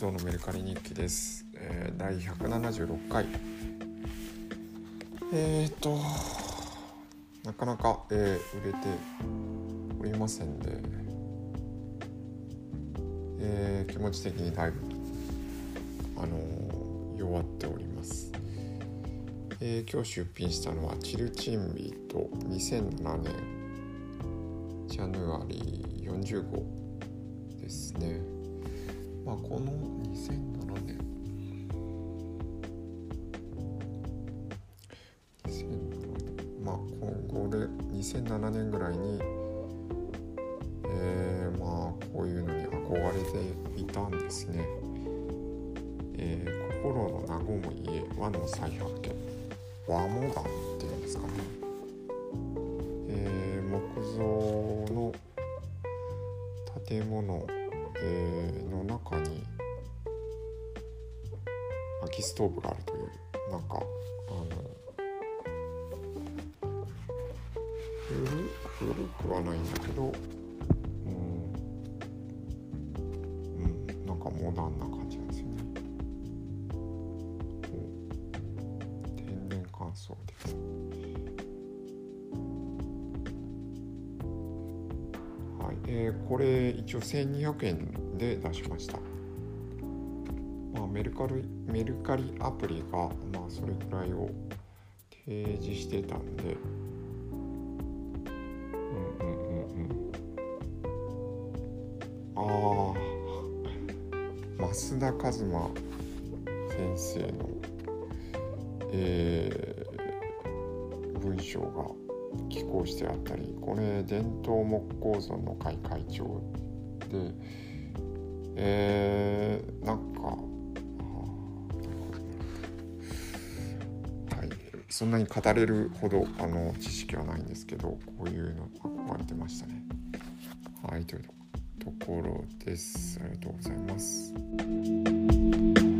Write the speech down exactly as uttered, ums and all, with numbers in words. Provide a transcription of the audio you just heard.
藤のメルカリ日記です、えー、だいひゃくななじゅうろっかい。えーとなかなか、えー、売れておりませんで、えー、気持ち的にだいぶ、あのー、弱っております。えー、今日出品したのはチルチンビーとにせんななねんジャヌアリーよんじゅうごうですね。まあこのにせんななねんまあ今後でにせんななねんぐらいに、えー、まあこういうのに憧れていたんですね。えー、心の和む家和の再発見、和モダンっていうんですかね。えー、木造の建物、えー、の中に薪ストーブがあるという、なんかあの古古くはないんだけど、うん、うん、なんかモダンな感じなんですよね。天然乾燥です。はい、えー、これ一応せんにひゃくえんで出しました。まあ、メルカリメルカリアプリがまあそれくらいを提示してたんで、うんうんうんうんああ増田和馬先生の、えー、文章が寄稿してあったり、これ伝統木工村の会会長で、えー、なんかはい、そんなに語れるほどあの知識はないんですけど、こういうの憧れてましたね。はい、というところです。ありがとうございます。